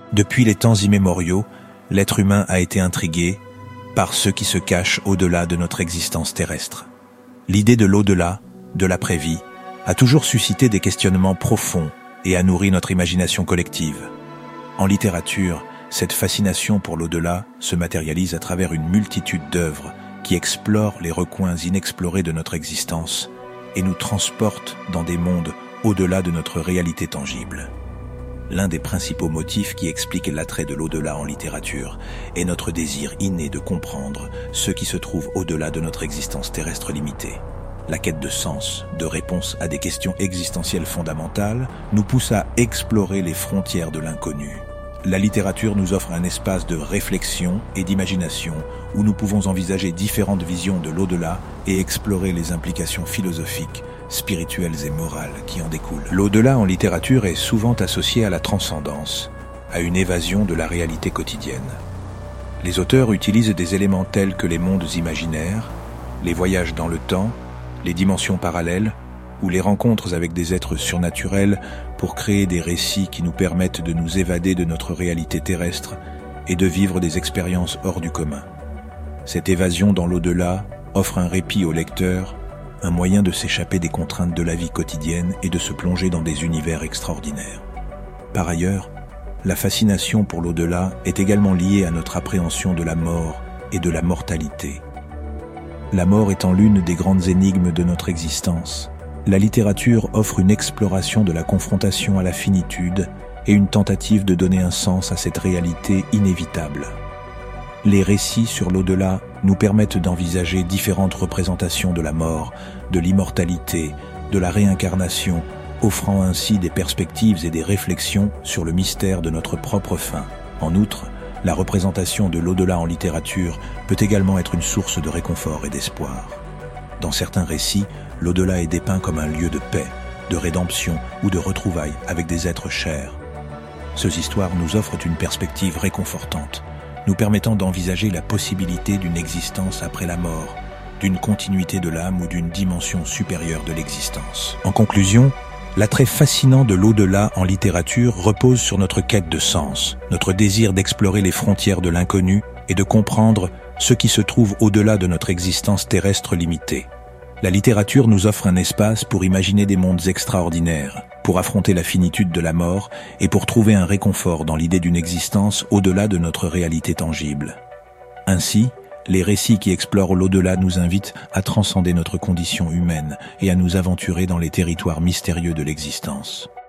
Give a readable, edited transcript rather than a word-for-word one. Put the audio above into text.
Depuis les temps immémoriaux, l'être humain a été intrigué par ce qui se cache au-delà de notre existence terrestre. L'idée de l'au-delà, de l'après-vie, a toujours suscité des questionnements profonds et a nourri notre imagination collective. En littérature, cette fascination pour l'au-delà se matérialise à travers une multitude d'œuvres qui explorent les recoins inexplorés de notre existence et nous transportent dans des mondes au-delà de notre réalité tangible. L'un des principaux motifs qui explique l'attrait de l'au-delà en littérature est notre désir inné de comprendre ce qui se trouve au-delà de notre existence terrestre limitée. La quête de sens, de réponse à des questions existentielles fondamentales, nous pousse à explorer les frontières de l'inconnu. La littérature nous offre un espace de réflexion et d'imagination où nous pouvons envisager différentes visions de l'au-delà et explorer les implications philosophiques, spirituelles et morales qui en découlent. L'au-delà en littérature est souvent associé à la transcendance, à une évasion de la réalité quotidienne. Les auteurs utilisent des éléments tels que les mondes imaginaires, les voyages dans le temps, les dimensions parallèles ou les rencontres avec des êtres surnaturels pour créer des récits qui nous permettent de nous évader de notre réalité terrestre et de vivre des expériences hors du commun. Cette évasion dans l'au-delà offre un répit au lecteur, un moyen de s'échapper des contraintes de la vie quotidienne et de se plonger dans des univers extraordinaires. Par ailleurs, la fascination pour l'au-delà est également liée à notre appréhension de la mort et de la mortalité. La mort étant l'une des grandes énigmes de notre existence, la littérature offre une exploration de la confrontation à la finitude et une tentative de donner un sens à cette réalité inévitable. Les récits sur l'au-delà nous permettent d'envisager différentes représentations de la mort, de l'immortalité, de la réincarnation, offrant ainsi des perspectives et des réflexions sur le mystère de notre propre fin. En outre, la représentation de l'au-delà en littérature peut également être une source de réconfort et d'espoir. Dans certains récits, l'au-delà est dépeint comme un lieu de paix, de rédemption ou de retrouvailles avec des êtres chers. Ces histoires nous offrent une perspective réconfortante, nous permettant d'envisager la possibilité d'une existence après la mort, d'une continuité de l'âme ou d'une dimension supérieure de l'existence. En conclusion, l'attrait fascinant de l'au-delà en littérature repose sur notre quête de sens, notre désir d'explorer les frontières de l'inconnu et de comprendre ce qui se trouve au-delà de notre existence terrestre limitée. La littérature nous offre un espace pour imaginer des mondes extraordinaires, pour affronter la finitude de la mort et pour trouver un réconfort dans l'idée d'une existence au-delà de notre réalité tangible. Ainsi, les récits qui explorent l'au-delà nous invitent à transcender notre condition humaine et à nous aventurer dans les territoires mystérieux de l'existence.